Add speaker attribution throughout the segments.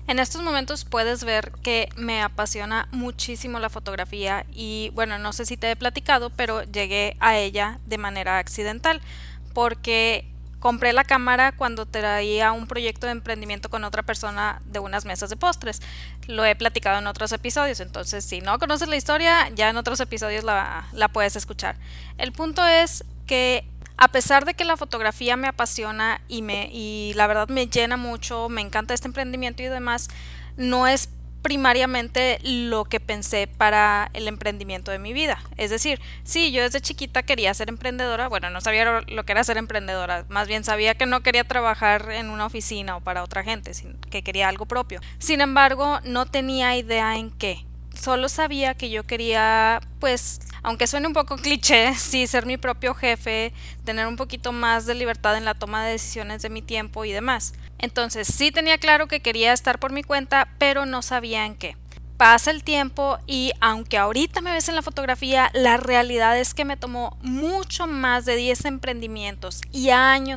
Speaker 1: En estos momentos puedes ver que me apasiona muchísimo la fotografía y bueno, no sé si te he platicado, pero llegué a ella de manera accidental porque compré la cámara cuando traía un proyecto de emprendimiento con otra persona de unas mesas de postres. Lo he platicado en otros episodios, entonces si no conoces la historia, ya en otros episodios la puedes escuchar. El punto es que a pesar de que la fotografía me apasiona y la verdad me llena mucho, me encanta este emprendimiento y demás, no es primariamente lo que pensé para el emprendimiento de mi vida. Es decir, sí, yo desde chiquita quería ser emprendedora, bueno, no sabía lo que era ser emprendedora, más bien sabía que no quería trabajar en una oficina o para otra gente, que quería algo propio. Sin embargo, no tenía idea en qué. Solo sabía que yo quería, pues, aunque suene un poco cliché, sí, ser mi propio jefe, tener un poquito más de libertad en la toma de decisiones de mi tiempo y demás. Entonces, sí tenía claro que quería estar por mi cuenta, pero no sabía en qué. Pasa el tiempo y aunque ahorita me ves en la fotografía, la realidad es que me tomó mucho más de 10 emprendimientos y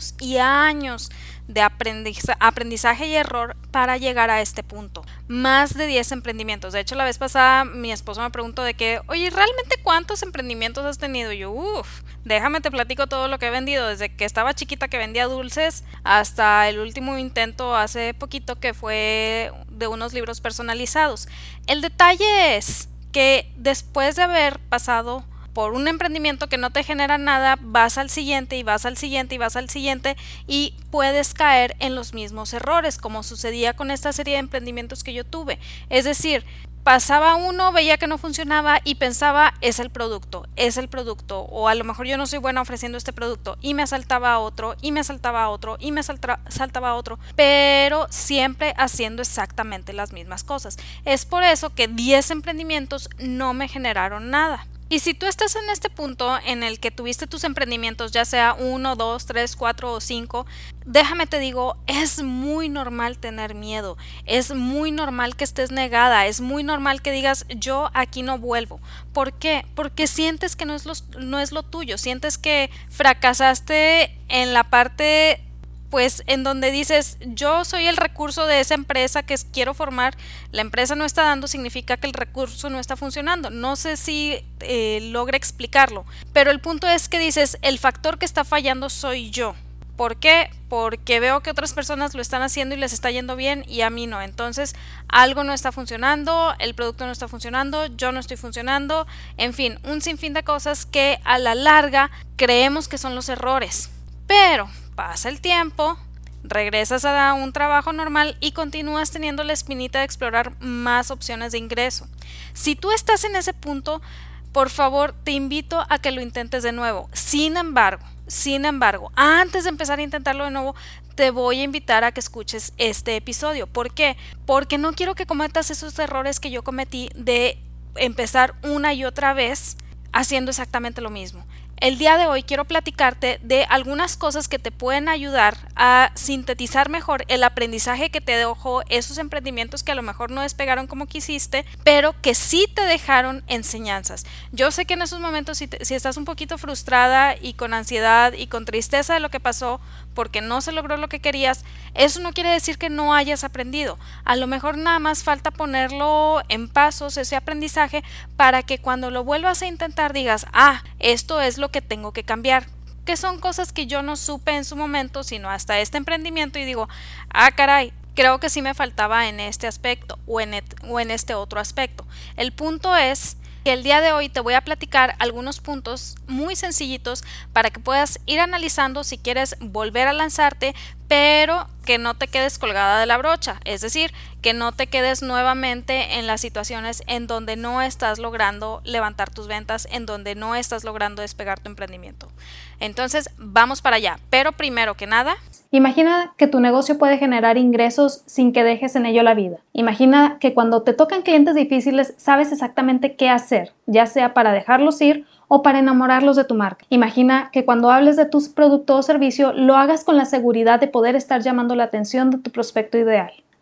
Speaker 1: años de aprendizaje y error para llegar a este punto. Más de 10 emprendimientos. De hecho, la vez pasada mi esposo me preguntó de que, oye, ¿realmente cuántos emprendimientos has tenido? Y yo, déjame te platico todo lo que he vendido. Desde que estaba chiquita que vendía dulces hasta el último intento hace poquito que fue de unos libros personalizados. El detalle es que después de haber pasado por un emprendimiento que no te genera nada, vas al siguiente y vas al siguiente y vas al siguiente y puedes caer en los mismos errores, como sucedía con esta serie de emprendimientos que yo tuve. Es decir, pasaba uno, veía que no funcionaba y pensaba, es el producto, o a lo mejor yo no soy buena ofreciendo este producto, y me saltaba a otro, y me saltaba a otro, y me saltaba a otro, pero siempre haciendo exactamente las mismas cosas. Es por eso que 10 emprendimientos no me generaron nada. Y si tú estás en este punto en el que tuviste tus emprendimientos, ya sea 1, 2, 3, 4 o 5, déjame te digo, es muy normal tener miedo, es muy normal que estés negada, es muy normal que digas, yo aquí no vuelvo. ¿Por qué? Porque sientes que no es lo tuyo, sientes que fracasaste en la parte, pues, en donde dices, yo soy el recurso de esa empresa que quiero formar, la empresa no está dando, significa que el recurso no está funcionando. No sé si logre explicarlo, pero el punto es que dices, el factor que está fallando soy yo. ¿Por qué? Porque veo que otras personas lo están haciendo y les está yendo bien y a mí no. Entonces, algo no está funcionando, el producto no está funcionando, yo no estoy funcionando, en fin, un sinfín de cosas que a la larga creemos que son los errores. Pero pasa el tiempo, regresas a un trabajo normal y continúas teniendo la espinita de explorar más opciones de ingreso. Si tú estás en ese punto, por favor, te invito a que lo intentes de nuevo. Sin embargo, antes de empezar a intentarlo de nuevo, te voy a invitar a que escuches este episodio. ¿Por qué? Porque no quiero que cometas esos errores que yo cometí de empezar una y otra vez haciendo exactamente lo mismo. El día de hoy quiero platicarte de algunas cosas que te pueden ayudar a sintetizar mejor el aprendizaje que te dejó esos emprendimientos que a lo mejor no despegaron como quisiste, pero que sí te dejaron enseñanzas. Yo sé que en esos momentos si estás un poquito frustrada y con ansiedad y con tristeza de lo que pasó porque no se logró lo que querías, eso no quiere decir que no hayas aprendido. A lo mejor nada más falta ponerlo en pasos, ese aprendizaje, para que cuando lo vuelvas a intentar digas, esto es lo que tengo que cambiar, que son cosas que yo no supe en su momento, sino hasta este emprendimiento y digo, caray, creo que sí me faltaba en este aspecto o en este otro aspecto. El punto es que el día de hoy te voy a platicar algunos puntos muy sencillitos para que puedas ir analizando si quieres volver a lanzarte, pero que no te quedes colgada de la brocha, es decir, que no te quedes nuevamente en las situaciones en donde no estás logrando levantar tus ventas, en donde no estás logrando despegar tu emprendimiento. Entonces, vamos para allá, pero primero que nada,
Speaker 2: imagina que tu negocio puede generar ingresos sin que dejes en ello la vida. Imagina que cuando te tocan clientes difíciles sabes exactamente qué hacer, ya sea para dejarlos ir o para enamorarlos de tu marca. Imagina que cuando hables de tu producto o servicio lo hagas con la seguridad de poder estar llamando la atención de tu prospecto ideal.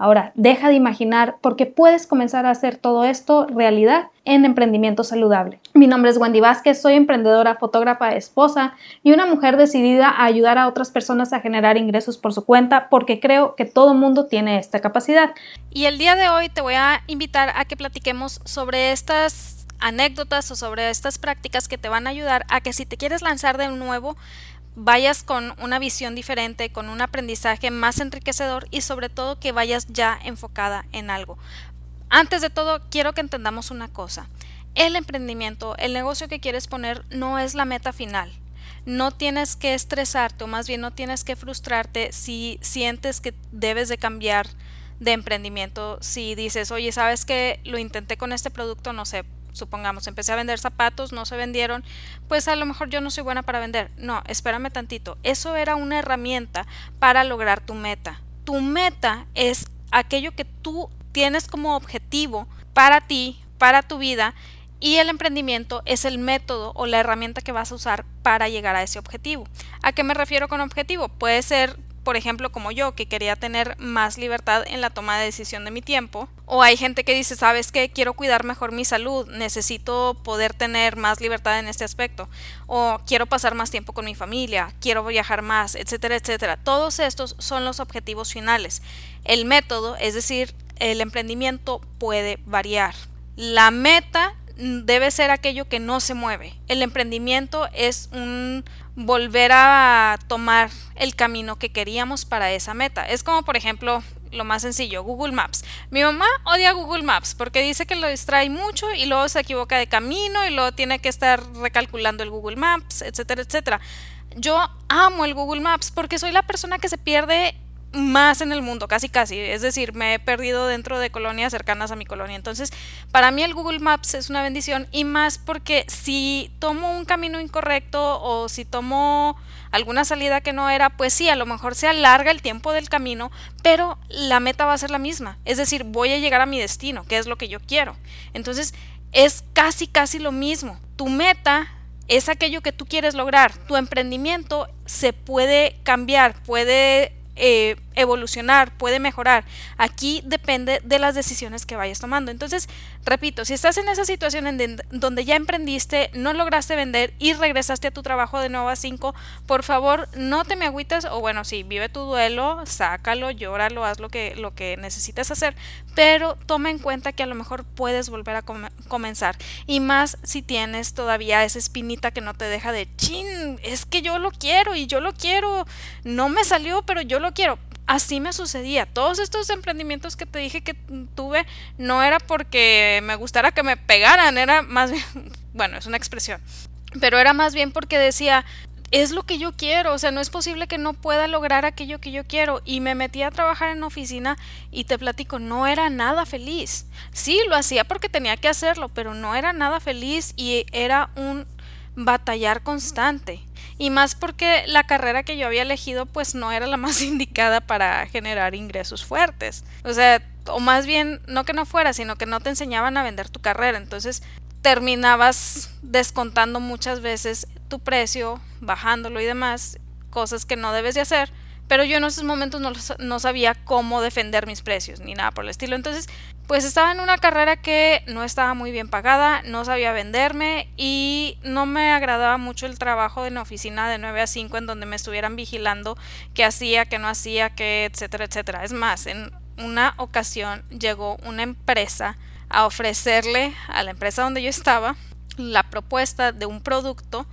Speaker 2: Ahora, deja de imaginar porque puedes comenzar a hacer todo esto realidad en Emprendimiento Saludable. Mi nombre es Wendy Vázquez, soy emprendedora, fotógrafa, esposa y una mujer decidida a ayudar a otras personas a generar ingresos por su cuenta porque creo que todo mundo tiene esta capacidad.
Speaker 1: Y el día de hoy te voy a invitar a que platiquemos sobre estas anécdotas o sobre estas prácticas que te van a ayudar a que si te quieres lanzar de nuevo, vayas con una visión diferente, con un aprendizaje más enriquecedor y sobre todo que vayas ya enfocada en algo. Antes de todo, quiero que entendamos una cosa. El emprendimiento, el negocio que quieres poner no es la meta final. No tienes que estresarte o más bien no tienes que frustrarte si sientes que debes de cambiar de emprendimiento. Si dices, oye, ¿sabes qué? Lo intenté con este producto, no sé, supongamos, empecé a vender zapatos, no se vendieron, pues a lo mejor yo no soy buena para vender. No, espérame tantito. Eso era una herramienta para lograr tu meta. Tu meta es aquello que tú tienes como objetivo para ti, para tu vida, y el emprendimiento es el método o la herramienta que vas a usar para llegar a ese objetivo. ¿A qué me refiero con objetivo? Puede ser, por ejemplo, como yo, que quería tener más libertad en la toma de decisión de mi tiempo. O hay gente que dice, ¿sabes qué? Quiero cuidar mejor mi salud, necesito poder tener más libertad en este aspecto. O quiero pasar más tiempo con mi familia, quiero viajar más, etcétera, etcétera. Todos estos son los objetivos finales. El método, es decir, el emprendimiento puede variar. La meta debe ser aquello que no se mueve. El emprendimiento es un volver a tomar el camino que queríamos para esa meta. Es como, por ejemplo, lo más sencillo, Google Maps. Mi mamá odia Google Maps porque dice que lo distrae mucho y luego se equivoca de camino y luego tiene que estar recalculando el Google Maps, etcétera, etcétera. Yo amo el Google Maps porque soy la persona que se pierde más en el mundo, casi casi, es decir, me he perdido dentro de colonias cercanas a mi colonia. Entonces, para mí el Google Maps es una bendición y más porque si tomo un camino incorrecto o si tomo alguna salida que no era, pues sí, a lo mejor se alarga el tiempo del camino, pero la meta va a ser la misma, es decir, voy a llegar a mi destino, que es lo que yo quiero. Entonces, es casi lo mismo. Tu meta es aquello que tú quieres lograr. Tu emprendimiento se puede cambiar, puede evolucionar, puede mejorar. Aquí depende de las decisiones que vayas tomando. Entonces, repito, si estás en esa situación donde ya emprendiste, no lograste vender y regresaste a tu trabajo de 9 a 5, por favor, no te me agüites, o bueno, sí, vive tu duelo, sácalo, llóralo, haz lo que necesitas hacer, pero toma en cuenta que a lo mejor puedes volver a comenzar, y más si tienes todavía esa espinita que no te deja de chin, es que yo lo quiero y yo lo quiero, no me salió, pero yo lo quiero. Así me sucedía. Todos estos emprendimientos que te dije que tuve no era porque me gustara que me pegaran, era más bien, bueno, es una expresión, pero era más bien porque decía, es lo que yo quiero, o sea, no es posible que no pueda lograr aquello que yo quiero. Y me metí a trabajar en oficina y te platico, no era nada feliz. Sí, lo hacía porque tenía que hacerlo, pero no era nada feliz y era un batallar constante. Y más porque la carrera que yo había elegido pues no era la más indicada para generar ingresos fuertes. O sea, o más bien no que no fuera, sino que no te enseñaban a vender tu carrera. Entonces terminabas descontando muchas veces tu precio, bajándolo y demás, cosas que no debes de hacer. Pero yo en esos momentos no sabía cómo defender mis precios ni nada por el estilo. Entonces, pues estaba en una carrera que no estaba muy bien pagada, no sabía venderme y no me agradaba mucho el trabajo en oficina de 9 a 5 en donde me estuvieran vigilando qué hacía, qué no hacía, qué, etcétera, etcétera. Es más, en una ocasión llegó una empresa a ofrecerle a la empresa donde yo estaba la propuesta de un producto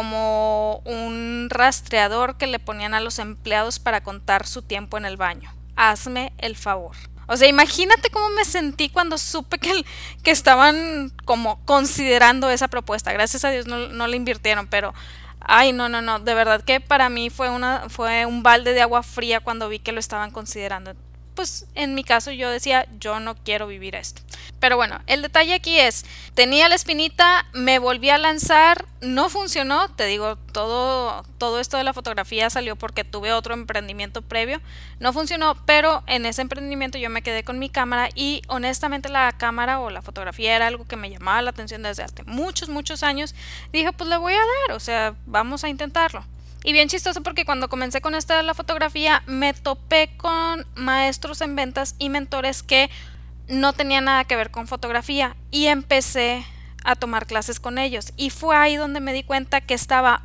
Speaker 1: como un rastreador que le ponían a los empleados para contar su tiempo en el baño. Hazme el favor. O sea, imagínate cómo me sentí cuando supe que estaban como considerando esa propuesta. Gracias a Dios no la invirtieron, pero ay, no, de verdad que para mí fue un balde de agua fría cuando vi que lo estaban considerando. Pues en mi caso yo decía, yo no quiero vivir esto. Pero bueno, el detalle aquí es, tenía la espinita, me volví a lanzar, no funcionó, te digo, todo esto de la fotografía salió porque tuve otro emprendimiento previo, no funcionó, pero en ese emprendimiento yo me quedé con mi cámara y honestamente la cámara o la fotografía era algo que me llamaba la atención desde hace muchos años. Dije, pues le voy a dar, o sea, vamos a intentarlo. Y bien chistoso porque cuando comencé con esta de la fotografía me topé con maestros en ventas y mentores que no tenían nada que ver con fotografía y empecé a tomar clases con ellos y fue ahí donde me di cuenta que estaba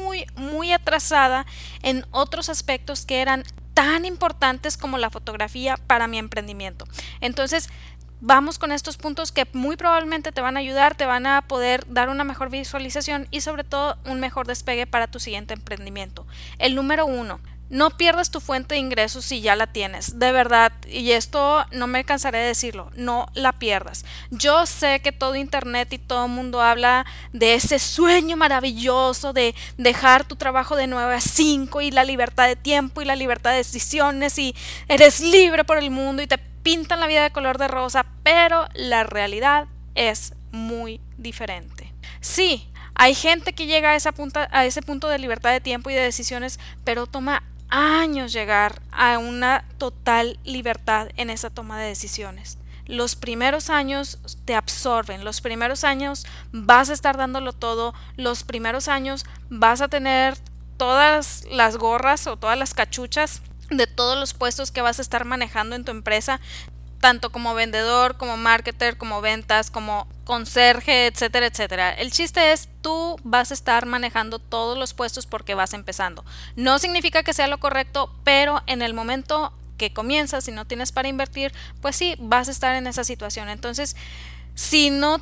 Speaker 1: muy atrasada en otros aspectos que eran tan importantes como la fotografía para mi emprendimiento. Entonces vamos con estos puntos que muy probablemente te van a ayudar, te van a poder dar una mejor visualización y sobre todo un mejor despegue para tu siguiente emprendimiento. El número 1, no pierdas tu fuente de ingresos si ya la tienes, de verdad, y esto no me cansaré de decirlo, no la pierdas. Yo sé que todo internet y todo el mundo habla de ese sueño maravilloso de dejar tu trabajo de 9 a 5 y la libertad de tiempo y la libertad de decisiones y eres libre por el mundo y te pintan la vida de color de rosa, pero la realidad es muy diferente. Sí, hay gente que llega a ese punto de libertad de tiempo y de decisiones, pero toma años llegar a una total libertad en esa toma de decisiones. Los primeros años te absorben, los primeros años vas a estar dándolo todo, los primeros años vas a tener todas las gorras o todas las cachuchas de todos los puestos que vas a estar manejando en tu empresa, tanto como vendedor, como marketer, como ventas, como conserje, etcétera, etcétera. El chiste es, tú vas a estar manejando todos los puestos porque vas empezando. No significa que sea lo correcto, pero en el momento que comienzas y no tienes para invertir, pues sí, vas a estar en esa situación. Entonces, si no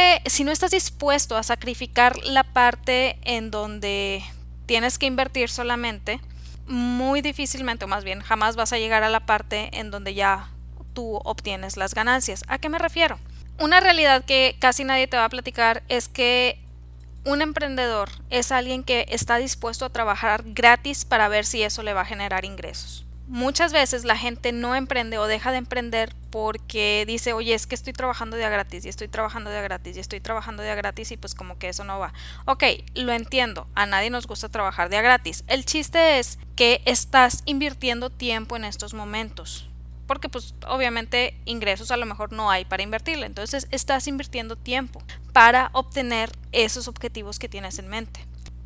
Speaker 1: estás dispuesto a sacrificar la parte en donde tienes que invertir solamente, muy difícilmente, o más bien jamás vas a llegar a la parte en donde ya tú obtienes las ganancias. ¿A qué me refiero? Una realidad que casi nadie te va a platicar es que un emprendedor es alguien que está dispuesto a trabajar gratis para ver si eso le va a generar ingresos. Muchas veces la gente no emprende o deja de emprender porque dice, oye, es que estoy trabajando de a gratis y estoy trabajando de a gratis y estoy trabajando de a gratis y pues como que eso no va. Ok, lo entiendo, a nadie nos gusta trabajar de a gratis. El chiste es que estás invirtiendo tiempo en estos momentos. Porque pues obviamente ingresos a lo mejor no hay para invertirle, entonces estás invirtiendo tiempo para obtener esos objetivos que tienes en mente.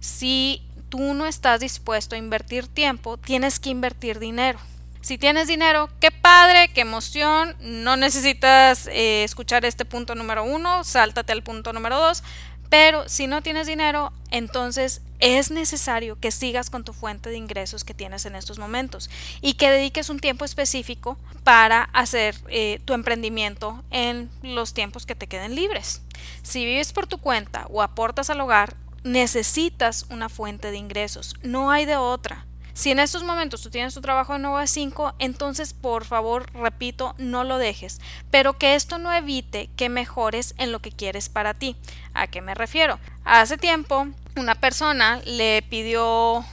Speaker 1: Si tú no estás dispuesto a invertir tiempo, tienes que invertir dinero. Si tienes dinero, qué padre, qué emoción, no necesitas escuchar este punto número 1, sáltate al punto número 2, pero si no tienes dinero, entonces es necesario que sigas con tu fuente de ingresos que tienes en estos momentos y que dediques un tiempo específico para hacer tu emprendimiento en los tiempos que te queden libres. Si vives por tu cuenta o aportas al hogar, necesitas una fuente de ingresos, no hay de otra. Si en estos momentos tú tienes tu trabajo de 9 a 5, entonces por favor, repito, no lo dejes, pero que esto no evite que mejores en lo que quieres para ti. ¿A qué me refiero? Hace tiempo una persona le pidió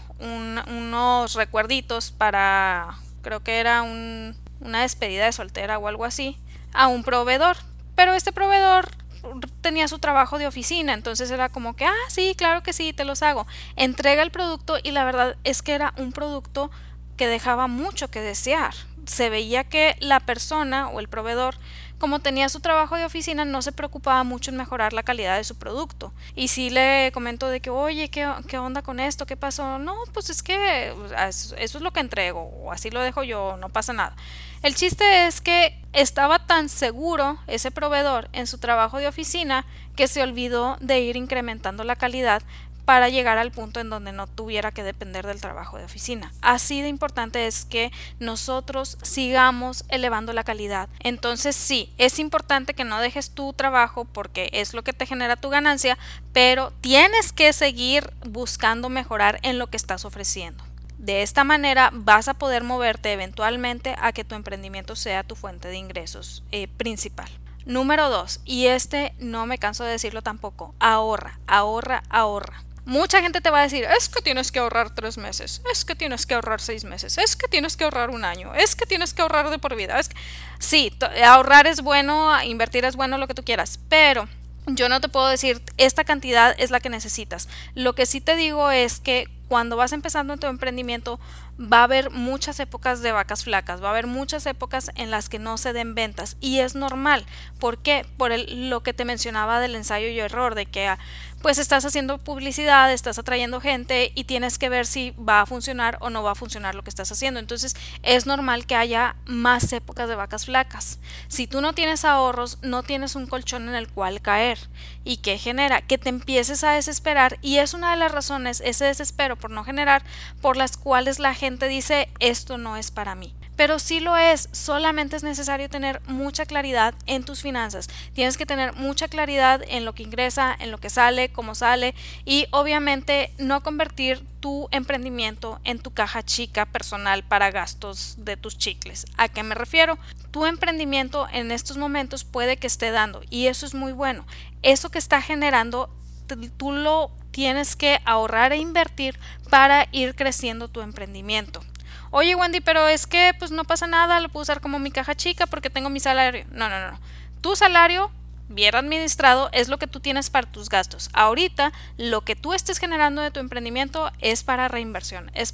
Speaker 1: unos recuerditos para, creo que era una despedida de soltera o algo así, a un proveedor, pero este proveedor tenía su trabajo de oficina, entonces era como que, sí, claro que sí, te los hago. Entrega el producto y la verdad es que era un producto que dejaba mucho que desear. Se veía que la persona o el proveedor, como tenía su trabajo de oficina, no se preocupaba mucho en mejorar la calidad de su producto. Y sí le comento de que, oye, ¿qué onda con esto? ¿Qué pasó? No, pues es que eso es lo que entrego, o así lo dejo yo, no pasa nada. El chiste es que estaba tan seguro ese proveedor en su trabajo de oficina que se olvidó de ir incrementando la calidad para llegar al punto en donde no tuviera que depender del trabajo de oficina. Así de importante es que nosotros sigamos elevando la calidad. Entonces sí, es importante que no dejes tu trabajo porque es lo que te genera tu ganancia, pero tienes que seguir buscando mejorar en lo que estás ofreciendo. De esta manera vas a poder moverte eventualmente a que tu emprendimiento sea tu fuente de ingresos principal. Número 2, y este no me canso de decirlo tampoco, ahorra, ahorra, ahorra. Mucha gente te va a decir, es que tienes que ahorrar 3 meses, es que tienes que ahorrar 6 meses, es que tienes que ahorrar un año, es que tienes que ahorrar de por vida. Sí, ahorrar es bueno, invertir es bueno, lo que tú quieras, pero yo no te puedo decir esta cantidad es la que necesitas. Lo que sí te digo es que cuando vas empezando en tu emprendimiento va a haber muchas épocas de vacas flacas, va a haber muchas épocas en las que no se den ventas y es normal. ¿Por qué? Por lo que te mencionaba del ensayo y error, de que pues estás haciendo publicidad, estás atrayendo gente y tienes que ver si va a funcionar o no va a funcionar lo que estás haciendo. Entonces es normal que haya más épocas de vacas flacas. Si tú no tienes ahorros, no tienes un colchón en el cual caer. ¿Y qué genera? Que te empieces a desesperar, y es una de las razones, ese desespero por no generar, por las cuales la gente dice esto no es para mí. Pero sí lo es, solamente es necesario tener mucha claridad en tus finanzas. Tienes que tener mucha claridad en lo que ingresa, en lo que sale, cómo sale, y obviamente no convertir tu emprendimiento en tu caja chica personal para gastos de tus chicles. ¿A qué me refiero? Tu emprendimiento en estos momentos puede que esté dando, y eso es muy bueno. Eso que está generando, tú lo tienes que ahorrar e invertir para ir creciendo tu emprendimiento. Oye, Wendy, pero es que pues no pasa nada, lo puedo usar como mi caja chica porque tengo mi salario. No. Tu salario bien administrado es lo que tú tienes para tus gastos. Ahorita lo que tú estés generando de tu emprendimiento es para reinversión, es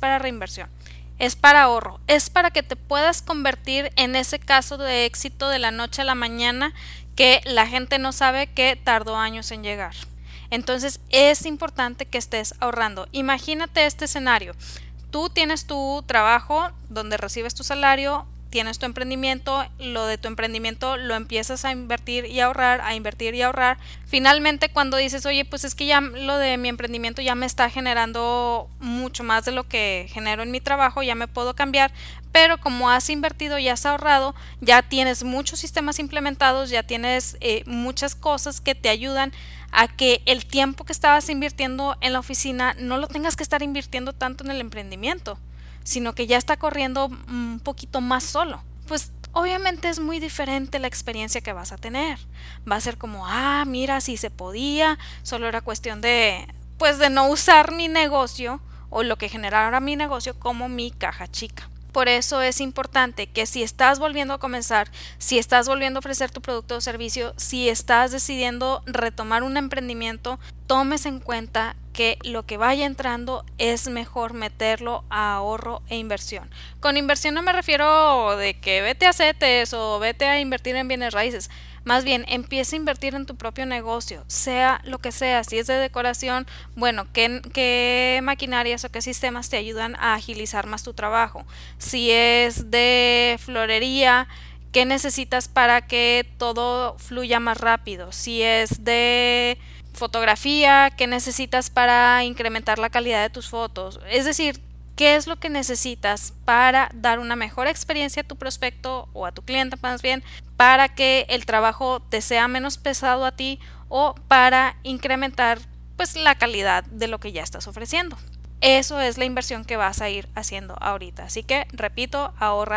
Speaker 1: para ahorro, es para que te puedas convertir en ese caso de éxito de la noche a la mañana que la gente no sabe que tardó años en llegar. Entonces es importante que estés ahorrando. Imagínate este escenario. Tú tienes tu trabajo donde recibes tu salario, tienes tu emprendimiento, lo de tu emprendimiento lo empiezas a invertir y ahorrar, a invertir y ahorrar. Finalmente, cuando dices, oye, pues es que ya lo de mi emprendimiento ya me está generando mucho más de lo que genero en mi trabajo, ya me puedo cambiar, pero como has invertido y has ahorrado, ya tienes muchos sistemas implementados, ya tienes muchas cosas que te ayudan a que el tiempo que estabas invirtiendo en la oficina no lo tengas que estar invirtiendo tanto en el emprendimiento, sino que ya está corriendo un poquito más solo. Pues obviamente es muy diferente la experiencia que vas a tener. Va a ser como, mira, si se podía, solo era cuestión de no usar mi negocio o lo que generara mi negocio como mi caja chica. Por eso es importante que si estás volviendo a comenzar, si estás volviendo a ofrecer tu producto o servicio, si estás decidiendo retomar un emprendimiento, tomes en cuenta que lo que vaya entrando es mejor meterlo a ahorro e inversión. Con inversión no me refiero de que vete a CETES o vete a invertir en bienes raíces. Más bien, empieza a invertir en tu propio negocio, sea lo que sea. Si es de decoración, bueno, ¿qué maquinarias o qué sistemas te ayudan a agilizar más tu trabajo? Si es de florería, ¿qué necesitas para que todo fluya más rápido? Si es de fotografía, ¿qué necesitas para incrementar la calidad de tus fotos? Es decir, ¿qué es lo que necesitas para dar una mejor experiencia a tu prospecto o a tu cliente más bien, para que el trabajo te sea menos pesado a ti o para incrementar pues la calidad de lo que ya estás ofreciendo? Eso es la inversión que vas a ir haciendo ahorita. Así que, repito,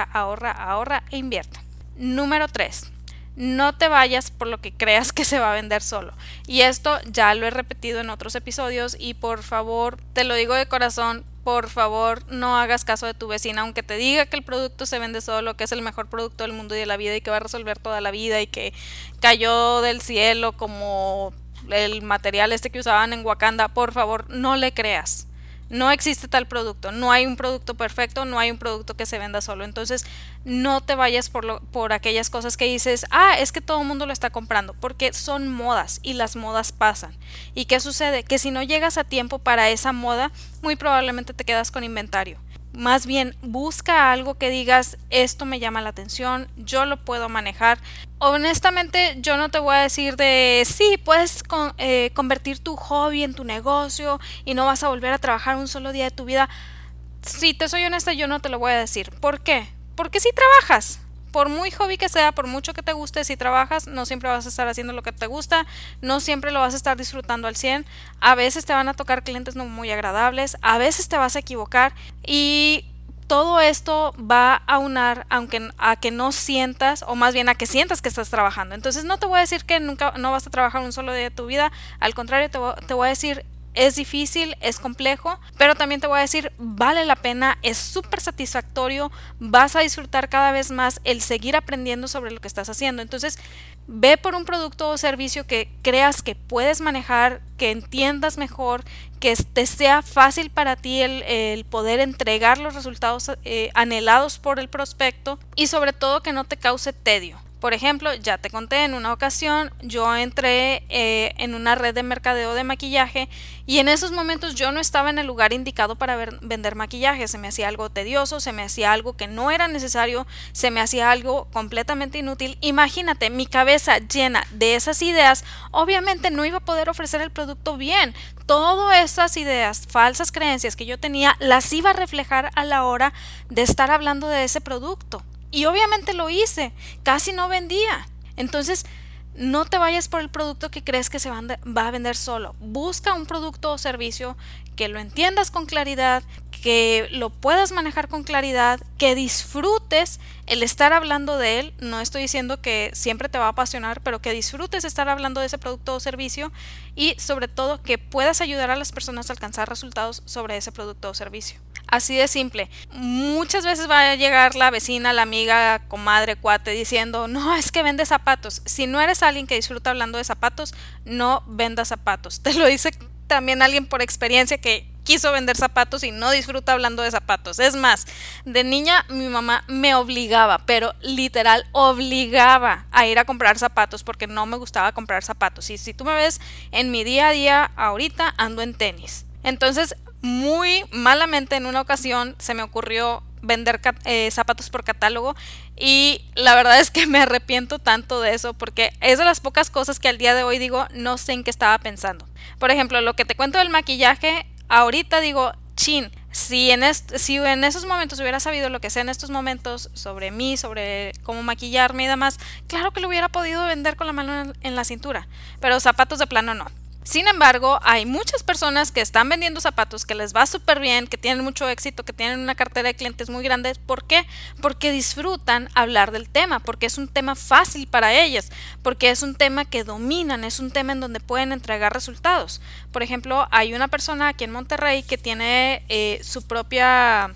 Speaker 1: ahorra e invierte. Número 3. No te vayas por lo que creas que se va a vender solo. Y esto ya lo he repetido en otros episodios y por favor, te lo digo de corazón, por favor no hagas caso de tu vecina, aunque te diga que el producto se vende solo, que es el mejor producto del mundo y de la vida y que va a resolver toda la vida y que cayó del cielo como el material este que usaban en Wakanda. Por favor, no le creas. No existe tal producto, no hay un producto perfecto, no hay un producto que se venda solo. Entonces no te vayas por aquellas cosas que dices, es que todo el mundo lo está comprando, porque son modas y las modas pasan. ¿Y qué sucede? Que si no llegas a tiempo para esa moda, muy probablemente te quedas con inventario. Más bien, busca algo que digas, esto me llama la atención, yo lo puedo manejar. Honestamente, yo no te voy a decir de, sí, puedes convertir tu hobby en tu negocio y no vas a volver a trabajar un solo día de tu vida. Si te soy honesta, yo no te lo voy a decir. ¿Por qué? Porque si trabajas. Por muy hobby que sea, por mucho que te guste, si trabajas, no siempre vas a estar haciendo lo que te gusta, no siempre lo vas a estar disfrutando al 100. A veces te van a tocar clientes no muy agradables, a veces te vas a equivocar y todo esto va a aunar a que no sientas, o más bien a que sientas que estás trabajando. Entonces no te voy a decir que nunca no vas a trabajar un solo día de tu vida, al contrario te voy a decir, es difícil, es complejo, pero también te voy a decir, vale la pena, es súper satisfactorio, vas a disfrutar cada vez más el seguir aprendiendo sobre lo que estás haciendo. Entonces, ve por un producto o servicio que creas que puedes manejar, que entiendas mejor, que te sea fácil para ti el poder entregar los resultados anhelados por el prospecto y sobre todo que no te cause tedio. Por ejemplo, ya te conté en una ocasión, yo entré en una red de mercadeo de maquillaje y en esos momentos yo no estaba en el lugar indicado para vender maquillaje. Se me hacía algo tedioso, se me hacía algo que no era necesario, se me hacía algo completamente inútil. Imagínate, mi cabeza llena de esas ideas, obviamente no iba a poder ofrecer el producto bien. Todas esas ideas, falsas creencias que yo tenía, las iba a reflejar a la hora de estar hablando de ese producto. Y obviamente lo hice, casi no vendía. Entonces, no te vayas por el producto que crees que se va a vender solo. Busca un producto o servicio que lo entiendas con claridad, que lo puedas manejar con claridad, que disfrutes el estar hablando de él. No estoy diciendo que siempre te va a apasionar, pero que disfrutes estar hablando de ese producto o servicio y sobre todo que puedas ayudar a las personas a alcanzar resultados sobre ese producto o servicio. Así de simple. Muchas veces va a llegar la vecina, la amiga, comadre, cuate diciendo, no, es que vende zapatos. Si no eres alguien que disfruta hablando de zapatos, no vendas zapatos. Te lo dice también alguien por experiencia que quiso vender zapatos y no disfruta hablando de zapatos. Es más, de niña mi mamá me obligaba, pero literal obligaba a ir a comprar zapatos porque no me gustaba comprar zapatos. Y si tú me ves en mi día a día, ahorita ando en tenis. Entonces, muy malamente en una ocasión se me ocurrió vender zapatos por catálogo y la verdad es que me arrepiento tanto de eso porque es de las pocas cosas que al día de hoy digo no sé en qué estaba pensando. Por ejemplo, lo que te cuento del maquillaje, ahorita digo, chin, si en esos momentos hubiera sabido lo que sé en estos momentos sobre mí, sobre cómo maquillarme y demás, claro que lo hubiera podido vender con la mano en la cintura, pero zapatos de plano no. Sin embargo, hay muchas personas que están vendiendo zapatos, que les va súper bien, que tienen mucho éxito, que tienen una cartera de clientes muy grande. ¿Por qué? Porque disfrutan hablar del tema, porque es un tema fácil para ellas, porque es un tema que dominan, es un tema en donde pueden entregar resultados. Por ejemplo, hay una persona aquí en Monterrey que tiene su propio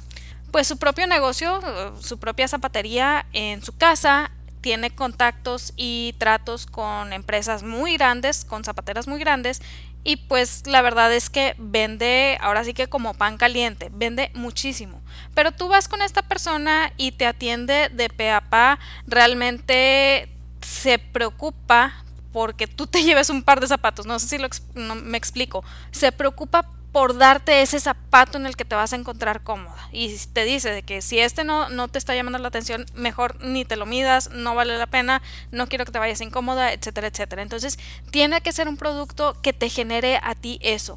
Speaker 1: negocio, su propia zapatería en su casa. Tiene contactos y tratos con empresas muy grandes, con zapateras muy grandes y pues la verdad es que vende ahora sí que como pan caliente, vende muchísimo. Pero tú vas con esta persona y te atiende de pe a pa, realmente se preocupa porque tú te lleves un par de zapatos, no sé si no, me explico, se preocupa por darte ese zapato en el que te vas a encontrar cómoda y te dice de que si no te está llamando la atención, mejor ni te lo midas, no vale la pena, no quiero que te vayas incómoda, etcétera, etcétera. Entonces tiene que ser un producto que te genere a ti eso,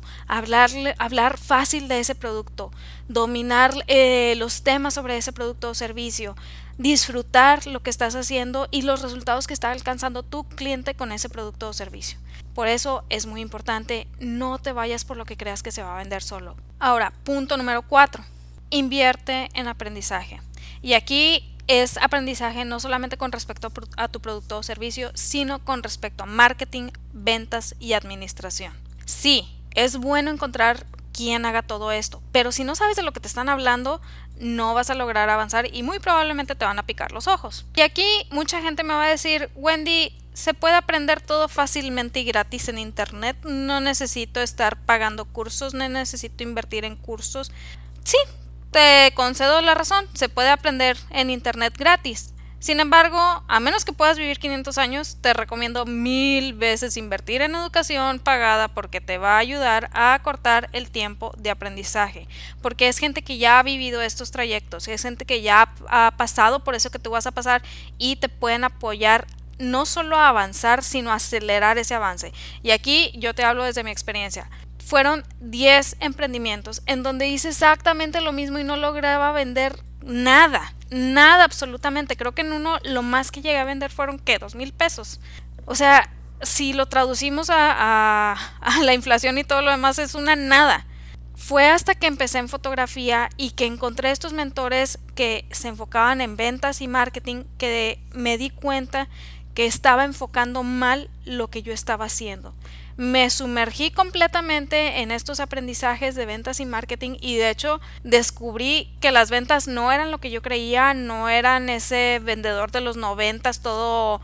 Speaker 1: hablar fácil de ese producto, dominar los temas sobre ese producto o servicio, disfrutar lo que estás haciendo y los resultados que está alcanzando tu cliente con ese producto o servicio. Por eso es muy importante, no te vayas por lo que creas que se va a vender solo. Ahora, punto número 4, invierte en aprendizaje. Y aquí es aprendizaje no solamente con respecto a tu producto o servicio, sino con respecto a marketing, ventas y administración. Sí, es bueno encontrar quien haga todo esto, pero si no sabes de lo que te están hablando, no vas a lograr avanzar y muy probablemente te van a picar los ojos. Y aquí mucha gente me va a decir, Wendy, se puede aprender todo fácilmente y gratis en internet, no necesito estar pagando cursos, no necesito invertir en cursos. Sí, te concedo la razón, se puede aprender en internet gratis. Sin embargo, a menos que puedas vivir 500 años, te recomiendo 1000 veces invertir en educación pagada porque te va a ayudar a acortar el tiempo de aprendizaje. Porque es gente que ya ha vivido estos trayectos, es gente que ya ha pasado por eso que tú vas a pasar y te pueden apoyar no solo a avanzar, sino a acelerar ese avance. Y aquí yo te hablo desde mi experiencia. Fueron 10 emprendimientos en donde hice exactamente lo mismo y no lograba vender nada absolutamente. Creo que en uno lo más que llegué a vender fueron ¿qué? 2,000 pesos. O sea, si lo traducimos a la inflación y todo lo demás es una nada. Fue hasta que empecé en fotografía y que encontré estos mentores que se enfocaban en ventas y marketing que me di cuenta que estaba enfocando mal lo que yo estaba haciendo. Me sumergí completamente en estos aprendizajes de ventas y marketing y de hecho descubrí que las ventas no eran lo que yo creía, no eran ese vendedor de los 90 todo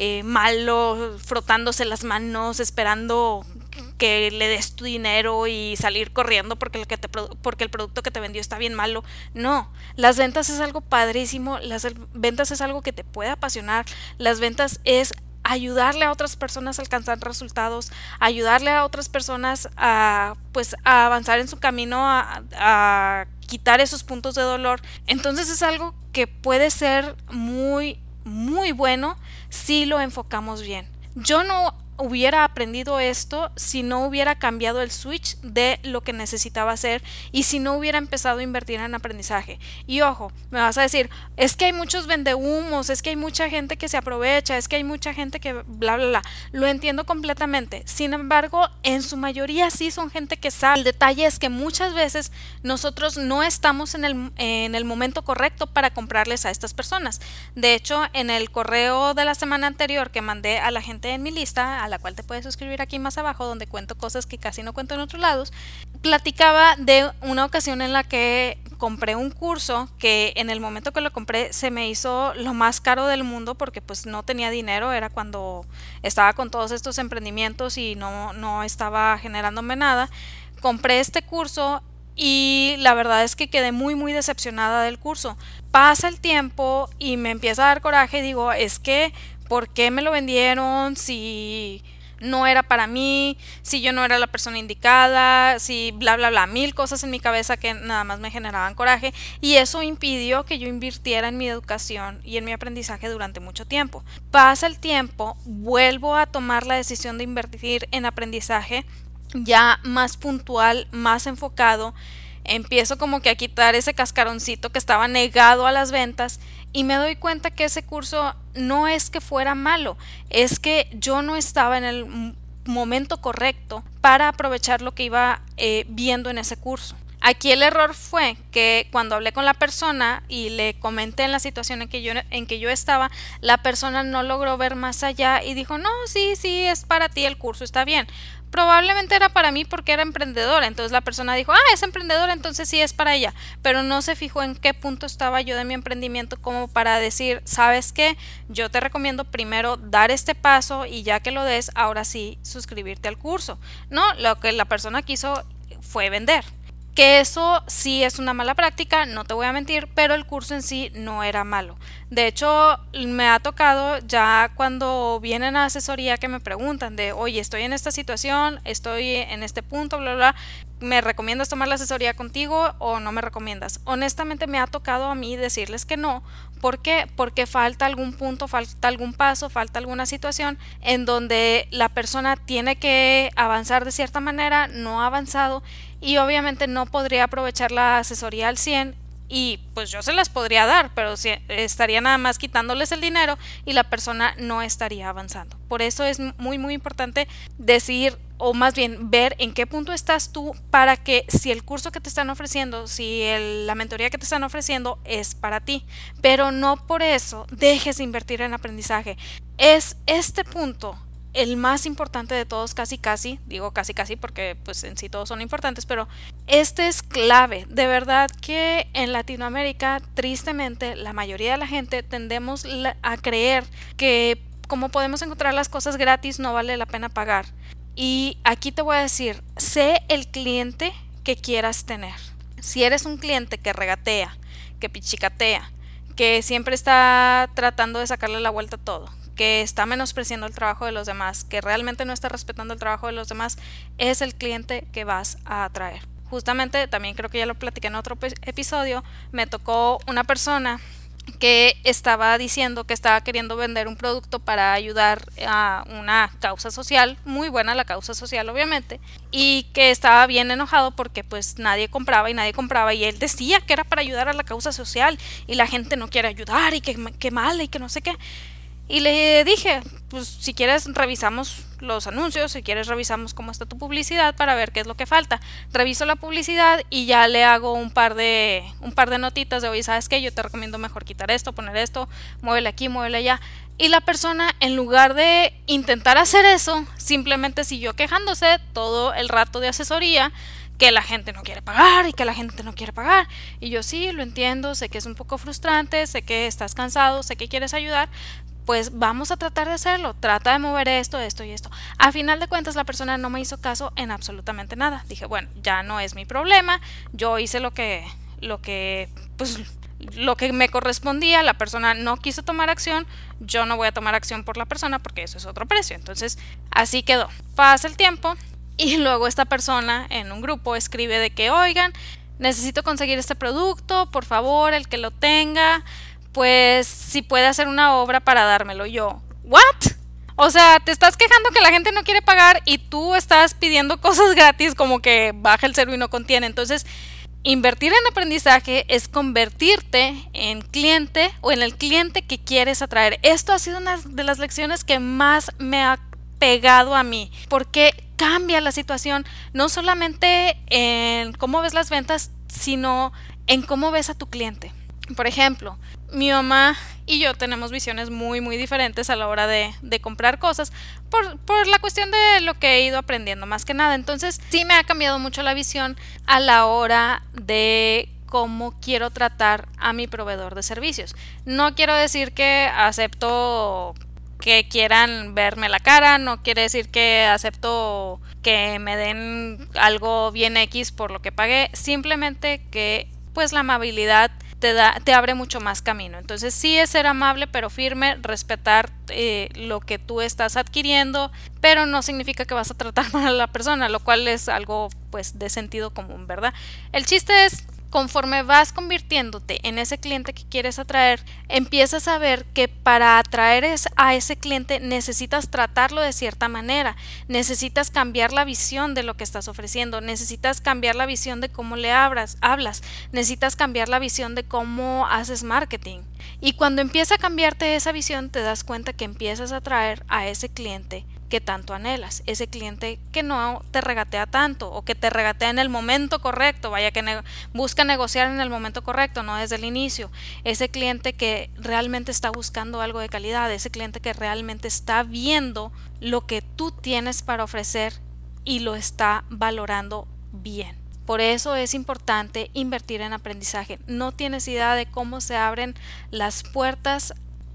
Speaker 1: malo, frotándose las manos, esperando que le des tu dinero y salir corriendo porque el producto que te vendió está bien malo. No, las ventas es algo padrísimo, las ventas es algo que te puede apasionar, las ventas es ayudarle a otras personas a alcanzar resultados, ayudarle a otras personas a avanzar en su camino, a quitar esos puntos de dolor. Entonces es algo que puede ser muy, muy bueno si lo enfocamos bien. Yo no hubiera aprendido esto si no hubiera cambiado el switch de lo que necesitaba hacer y si no hubiera empezado a invertir en aprendizaje. Y ojo, me vas a decir, es que hay muchos vendehumos, es que hay mucha gente que se aprovecha, es que hay mucha gente que bla bla bla. Lo entiendo completamente. Sin embargo, en su mayoría sí son gente que sabe. El detalle es que muchas veces nosotros no estamos en el momento correcto para comprarles a estas personas. De hecho, en el correo de la semana anterior que mandé a la gente en mi lista, a la cual te puedes suscribir aquí más abajo, donde cuento cosas que casi no cuento en otros lados, platicaba de una ocasión en la que compré un curso que en el momento que lo compré se me hizo lo más caro del mundo porque pues no tenía dinero, era cuando estaba con todos estos emprendimientos y no estaba generándome nada. Compré este curso y la verdad es que quedé muy muy decepcionada del curso. Pasa el tiempo y me empieza a dar coraje y digo, es que ¿por qué me lo vendieron si no era para mí, si yo no era la persona indicada, si bla bla bla, mil cosas en mi cabeza que nada más me generaban coraje y eso impidió que yo invirtiera en mi educación y en mi aprendizaje durante mucho tiempo. Pasa el tiempo, vuelvo a tomar la decisión de invertir en aprendizaje ya más puntual, más enfocado. Empiezo como que a quitar ese cascaroncito que estaba negado a las ventas y me doy cuenta que ese curso no es que fuera malo, es que yo no estaba en el momento correcto para aprovechar lo que iba viendo en ese curso. Aquí el error fue que cuando hablé con la persona y le comenté en la situación en que yo estaba, la persona no logró ver más allá y dijo, no, sí, es para ti el curso, está bien. Probablemente era para mí porque era emprendedora, entonces la persona dijo, es emprendedora, entonces sí es para ella, pero no se fijó en qué punto estaba yo de mi emprendimiento como para decir, ¿sabes qué? Yo te recomiendo primero dar este paso y ya que lo des, ahora sí suscribirte al curso. No, lo que la persona quiso fue vender. Que eso sí es una mala práctica, no te voy a mentir, pero el curso en sí no era malo. De hecho, me ha tocado ya cuando vienen a asesoría que me preguntan de, oye, estoy en esta situación, estoy en este punto, bla, bla, ¿me recomiendas tomar la asesoría contigo o no me recomiendas? Honestamente me ha tocado a mí decirles que no. ¿Por qué? Porque falta algún punto, falta algún paso, falta alguna situación en donde la persona tiene que avanzar de cierta manera, no ha avanzado y obviamente no podría aprovechar la asesoría al 100 y pues yo se las podría dar, pero estaría nada más quitándoles el dinero y la persona no estaría avanzando. Por eso es muy muy importante decir o más bien ver en qué punto estás tú para que si el curso que te están ofreciendo, si la mentoría que te están ofreciendo es para ti, pero no por eso dejes de invertir en aprendizaje. Es este punto el más importante de todos, digo casi porque pues en sí todos son importantes, pero este es clave. De verdad que en Latinoamérica, tristemente, la mayoría de la gente tendemos a creer que como podemos encontrar las cosas gratis, no vale la pena pagar. Y aquí te voy a decir, sé el cliente que quieras tener. Si eres un cliente que regatea, que pichicatea, que siempre está tratando de sacarle la vuelta a todo, que está menospreciando el trabajo de los demás, que realmente no está respetando el trabajo de los demás, es el cliente que vas a atraer. Justamente, también creo que ya lo platiqué en otro episodio, me tocó una persona que estaba diciendo que estaba queriendo vender un producto para ayudar a una causa social, muy buena la causa social obviamente, y que estaba bien enojado porque pues nadie compraba y él decía que era para ayudar a la causa social y la gente no quiere ayudar y que mal y que no sé qué. Y le dije, pues si quieres revisamos los anuncios, si quieres revisamos cómo está tu publicidad para ver qué es lo que falta. Reviso la publicidad y ya le hago un par de notitas de, oye, ¿sabes qué? Yo te recomiendo mejor quitar esto, poner esto, muévele aquí, muévele allá. Y la persona, en lugar de intentar hacer eso, simplemente siguió quejándose todo el rato de asesoría, que la gente no quiere pagar y que la gente no quiere pagar. Y yo sí, lo entiendo, sé que es un poco frustrante, sé que estás cansado, sé que quieres ayudar, pues vamos a tratar de hacerlo, trata de mover esto, esto y esto. A final de cuentas la persona no me hizo caso en absolutamente nada. Dije, bueno, ya no es mi problema, yo hice lo que me correspondía, la persona no quiso tomar acción, yo no voy a tomar acción por la persona porque eso es otro precio. Entonces, así quedó. Pasa el tiempo y luego esta persona en un grupo escribe de que, oigan, necesito conseguir este producto, por favor, el que lo tenga, pues si puede hacer una obra para dármelo. Yo, ¿what? O sea, te estás quejando que la gente no quiere pagar y tú estás pidiendo cosas gratis como que baja el cero y no contiene. Entonces, invertir en aprendizaje es convertirte en cliente o en el cliente que quieres atraer. Esto ha sido una de las lecciones que más me ha pegado a mí, porque cambia la situación, no solamente en cómo ves las ventas, sino en cómo ves a tu cliente. Por ejemplo, mi mamá y yo tenemos visiones muy diferentes a la hora de comprar cosas por la cuestión de lo que he ido aprendiendo más que nada. Entonces sí me ha cambiado mucho la visión a la hora de cómo quiero tratar a mi proveedor de servicios. No quiero decir que acepto que quieran verme la cara, no quiere decir que acepto que me den algo bien X por lo que pagué, simplemente que pues la amabilidad te abre mucho más camino. Entonces sí es ser amable pero firme, respetar lo que tú estás adquiriendo, pero no significa que vas a tratar mal a la persona, lo cual es algo pues de sentido común, ¿verdad? El chiste es, conforme vas convirtiéndote en ese cliente que quieres atraer, empiezas a ver que para atraer a ese cliente necesitas tratarlo de cierta manera, necesitas cambiar la visión de lo que estás ofreciendo, necesitas cambiar la visión de cómo le hablas, necesitas cambiar la visión de cómo haces marketing. Y cuando empieza a cambiarte esa visión, te das cuenta que empiezas a atraer a ese cliente que tanto anhelas, ese cliente que no te regatea tanto o que te regatea en el momento correcto, vaya que busca negociar en el momento correcto, no desde el inicio, ese cliente que realmente está buscando algo de calidad, ese cliente que realmente está viendo lo que tú tienes para ofrecer y lo está valorando bien. Por eso es importante invertir en aprendizaje. No tienes idea de cómo se abren las puertas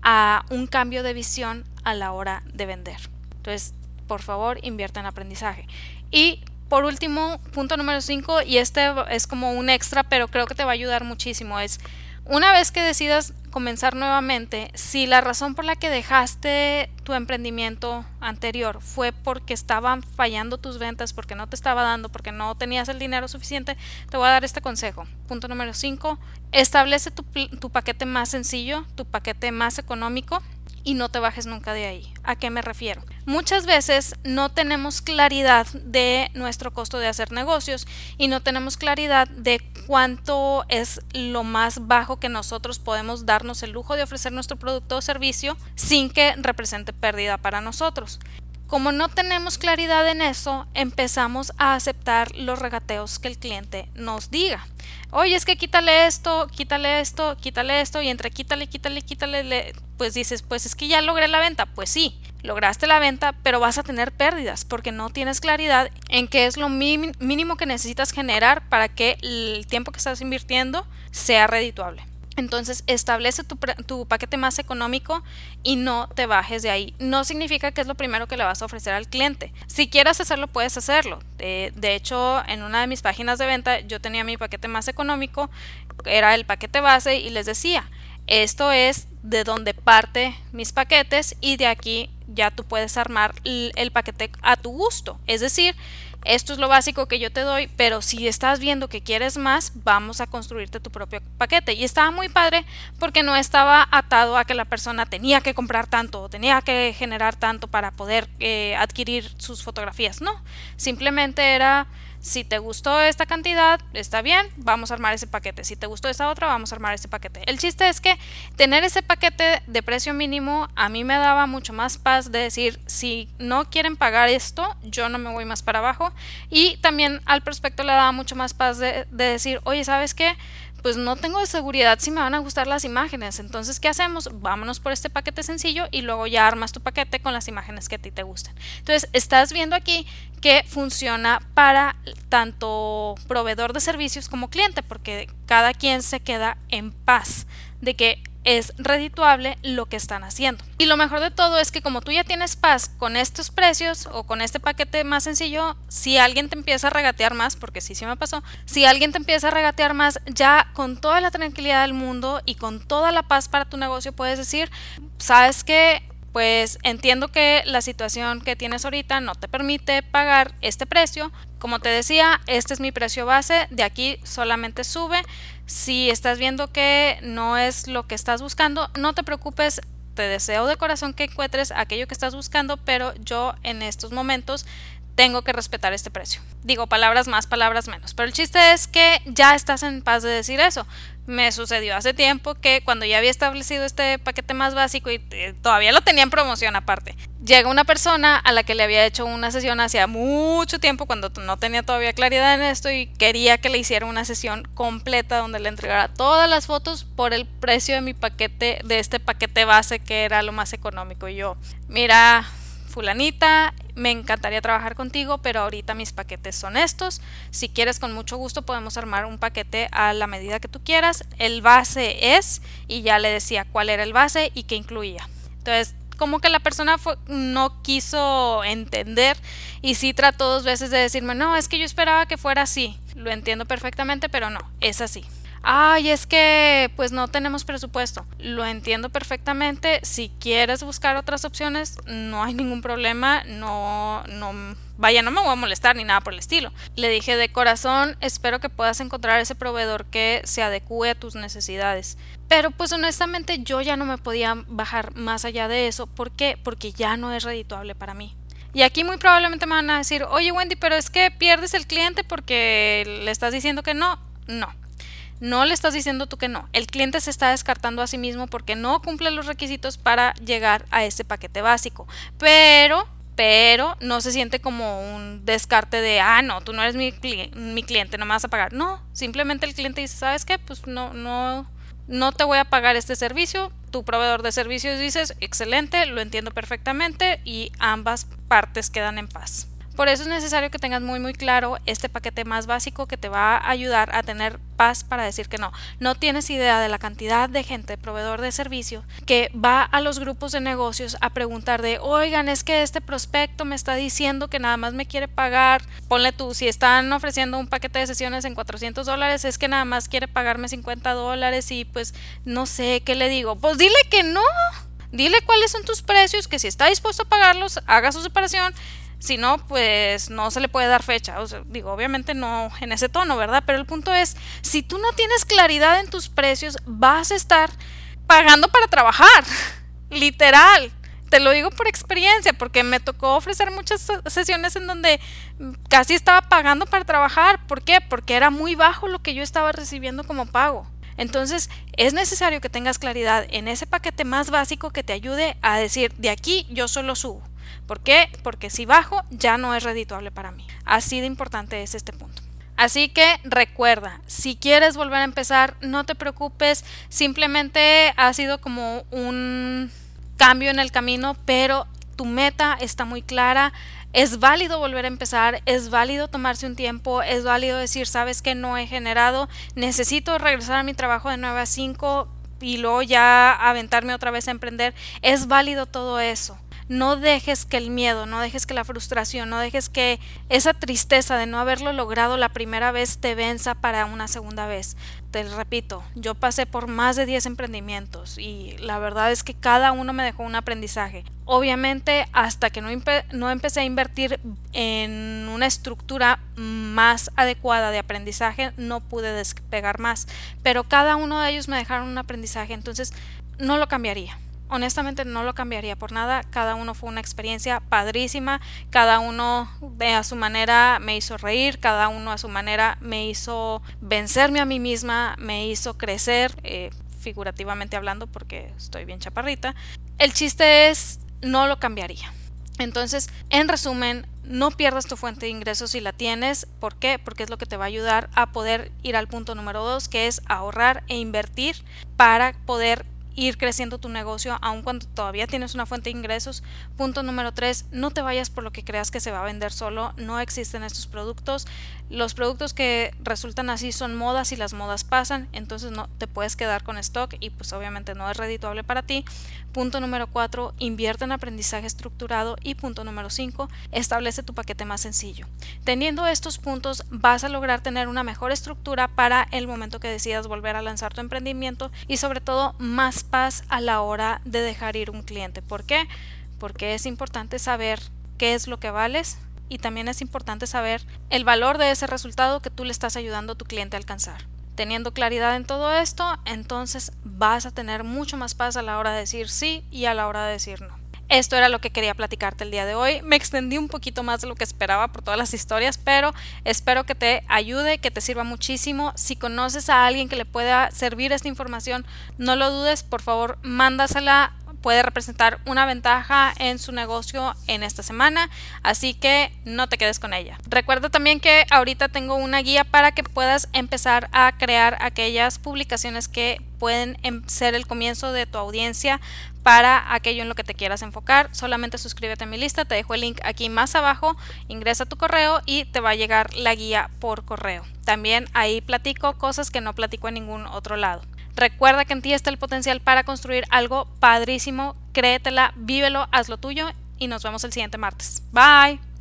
Speaker 1: a un cambio de visión a la hora de vender. Entonces, por favor, invierte en aprendizaje. Y por último, punto número 5, y este es como un extra, pero creo que te va a ayudar muchísimo, es una vez que decidas comenzar nuevamente, si la razón por la que dejaste tu emprendimiento anterior fue porque estaban fallando tus ventas, porque no te estaba dando, porque no tenías el dinero suficiente, te voy a dar este consejo. Punto número 5, establece tu paquete más sencillo, tu paquete más económico, y no te bajes nunca de ahí. ¿A qué me refiero? Muchas veces no tenemos claridad de nuestro costo de hacer negocios y no tenemos claridad de cuánto es lo más bajo que nosotros podemos darnos el lujo de ofrecer nuestro producto o servicio sin que represente pérdida para nosotros. Como no tenemos claridad en eso, empezamos a aceptar los regateos que el cliente nos diga. Oye, es que quítale esto, quítale esto, quítale esto, y entre quítale, pues dices, pues es que ya logré la venta. Pues sí, lograste la venta, pero vas a tener pérdidas porque no tienes claridad en qué es lo mínimo que necesitas generar para que el tiempo que estás invirtiendo sea redituable. Entonces establece tu paquete más económico y no te bajes de ahí. No significa que es lo primero que le vas a ofrecer al cliente. Si quieres hacerlo, puedes hacerlo. De hecho, en una de mis páginas de venta yo tenía mi paquete más económico, era el paquete base, y les decía, esto es de donde parte mis paquetes y de aquí ya tú puedes armar el paquete a tu gusto. Es decir, esto es lo básico que yo te doy, pero si estás viendo que quieres más, vamos a construirte tu propio paquete. Y estaba muy padre porque no estaba atado a que la persona tenía que comprar tanto o tenía que generar tanto para poder adquirir sus fotografías. No, simplemente era, si te gustó esta cantidad, está bien, vamos a armar ese paquete. Si te gustó esta otra, vamos a armar ese paquete. El chiste es que tener ese paquete de precio mínimo a mí me daba mucho más paz de decir, si no quieren pagar esto, yo no me voy más para abajo. Y también al prospecto le daba mucho más paz de decir, oye, ¿sabes qué? pues no tengo de seguridad si me van a gustar las imágenes. Entonces, ¿qué hacemos? Vámonos por este paquete sencillo y luego ya armas tu paquete con las imágenes que a ti te gusten. Entonces, estás viendo aquí que funciona para tanto proveedor de servicios como cliente, porque cada quien se queda en paz de que es redituable lo que están haciendo. Y lo mejor de todo es que como tú ya tienes paz con estos precios o con este paquete más sencillo, si alguien te empieza a regatear más, porque sí me pasó, si alguien te empieza a regatear más, ya con toda la tranquilidad del mundo y con toda la paz para tu negocio puedes decir, ¿sabes qué? Pues entiendo que la situación que tienes ahorita no te permite pagar este precio. Como te decía, este es mi precio base, de aquí solamente sube. Si estás viendo que no es lo que estás buscando, no te preocupes, te deseo de corazón que encuentres aquello que estás buscando, pero yo en estos momentos tengo que respetar este precio. Digo palabras más, palabras menos, pero el chiste es que ya estás en paz de decir eso. Me sucedió hace tiempo que cuando ya había establecido este paquete más básico y todavía lo tenía en promoción aparte, llega una persona a la que le había hecho una sesión hacía mucho tiempo cuando no tenía todavía claridad en esto y quería que le hiciera una sesión completa donde le entregara todas las fotos por el precio de mi paquete, de este paquete base que era lo más económico. Y yo, mira, fulanita, me encantaría trabajar contigo, pero ahorita mis paquetes son estos. Si quieres, con mucho gusto podemos armar un paquete a la medida que tú quieras. El base es, y ya le decía cuál era el base y qué incluía. Entonces, como que la persona no quiso entender y sí trató 2 veces de decirme, no, es que yo esperaba que fuera así. Lo entiendo perfectamente, pero no, es así. Ay, es que pues no tenemos presupuesto. Lo entiendo perfectamente. Si quieres buscar otras opciones, no hay ningún problema. Vaya, no me voy a molestar ni nada por el estilo. Le dije de corazón, espero que puedas encontrar ese proveedor que se adecue a tus necesidades. Pero pues honestamente yo ya no me podía bajar más allá de eso. ¿Por qué? Porque ya no es redituable para mí. Y aquí muy probablemente me van a decir, oye Wendy, pero es que pierdes el cliente porque le estás diciendo que no. No le estás diciendo tú que no. El cliente se está descartando a sí mismo porque no cumple los requisitos para llegar a ese paquete básico. Pero no se siente como un descarte de, no, tú no eres mi cliente, no me vas a pagar. No, simplemente el cliente dice, ¿sabes qué? Pues no te voy a pagar este servicio. Tu proveedor de servicios dices, excelente, lo entiendo perfectamente y ambas partes quedan en paz. Por eso es necesario que tengas muy claro este paquete más básico que te va a ayudar a tener paz para decir que no. No tienes idea de la cantidad de gente, proveedor de servicio, que va a los grupos de negocios a preguntar de, oigan, es que este prospecto me está diciendo que nada más me quiere pagar, ponle tú, si están ofreciendo un paquete de sesiones en $400, es que nada más quiere pagarme $50 y pues no sé, ¿qué le digo? Pues dile que no, dile cuáles son tus precios, que si está dispuesto a pagarlos, haga su separación. Si no, pues no se le puede dar fecha. O sea, digo, obviamente no en ese tono, ¿verdad? Pero el punto es, si tú no tienes claridad en tus precios, vas a estar pagando para trabajar. Literal. Te lo digo por experiencia, porque me tocó ofrecer muchas sesiones en donde casi estaba pagando para trabajar. ¿Por qué? Porque era muy bajo lo que yo estaba recibiendo como pago. Entonces, es necesario que tengas claridad en ese paquete más básico que te ayude a decir, de aquí yo solo subo. ¿Por qué? Porque si bajo ya no es redituable para mí. Así de importante es este punto. Así que recuerda, si quieres volver a empezar, no te preocupes, simplemente ha sido como un cambio en el camino, pero tu meta está muy clara. Es válido volver a empezar, es válido tomarse un tiempo, es válido decir, sabes que no he generado, necesito regresar a mi trabajo de 9 a 5 y luego ya aventarme otra vez a emprender. Es válido todo eso. No dejes que el miedo, no dejes que la frustración, no dejes que esa tristeza de no haberlo logrado la primera vez te venza para una segunda vez. Te repito, yo pasé por más de 10 emprendimientos y la verdad es que cada uno me dejó un aprendizaje. Obviamente, hasta que no empecé a invertir en una estructura más adecuada de aprendizaje, no pude despegar más. Pero cada uno de ellos me dejaron un aprendizaje, entonces no lo cambiaría. Honestamente no lo cambiaría por nada. Cada uno fue una experiencia padrísima, cada uno a su manera me hizo reír, cada uno a su manera me hizo vencerme a mí misma, me hizo crecer, figurativamente hablando porque estoy bien chaparrita. El chiste es, no lo cambiaría. Entonces, en resumen, no pierdas tu fuente de ingresos si la tienes. ¿Por qué? Porque es lo que te va a ayudar a poder ir al punto número 2, que es ahorrar e invertir para poder ir creciendo tu negocio aun cuando todavía tienes una fuente de ingresos. Punto número 3, no te vayas por lo que creas que se va a vender solo. No existen estos productos. Los productos que resultan así son modas y las modas pasan, entonces no te puedes quedar con stock y pues obviamente no es redituable para ti. Punto número 4, invierte en aprendizaje estructurado. Y punto número 5, establece tu paquete más sencillo. Teniendo estos puntos vas a lograr tener una mejor estructura para el momento que decidas volver a lanzar tu emprendimiento y sobre todo más paz a la hora de dejar ir un cliente. ¿Por qué? Porque es importante saber qué es lo que vales y también es importante saber el valor de ese resultado que tú le estás ayudando a tu cliente a alcanzar. Teniendo claridad en todo esto, entonces vas a tener mucho más paz a la hora de decir sí y a la hora de decir no. Esto era lo que quería platicarte el día de hoy. Me extendí un poquito más de lo que esperaba por todas las historias, pero espero que te ayude, que te sirva muchísimo. Si conoces a alguien que le pueda servir esta información, no lo dudes, por favor, mándasela. Puede representar una ventaja en su negocio en esta semana, así que no te quedes con ella. Recuerda también que ahorita tengo una guía para que puedas empezar a crear aquellas publicaciones que pueden ser el comienzo de tu audiencia para aquello en lo que te quieras enfocar. Solamente suscríbete a mi lista, te dejo el link aquí más abajo, ingresa tu correo y te va a llegar la guía por correo. También ahí platico cosas que no platico en ningún otro lado. Recuerda que en ti está el potencial para construir algo padrísimo, créetela, vívelo, hazlo tuyo y nos vemos el siguiente martes. Bye.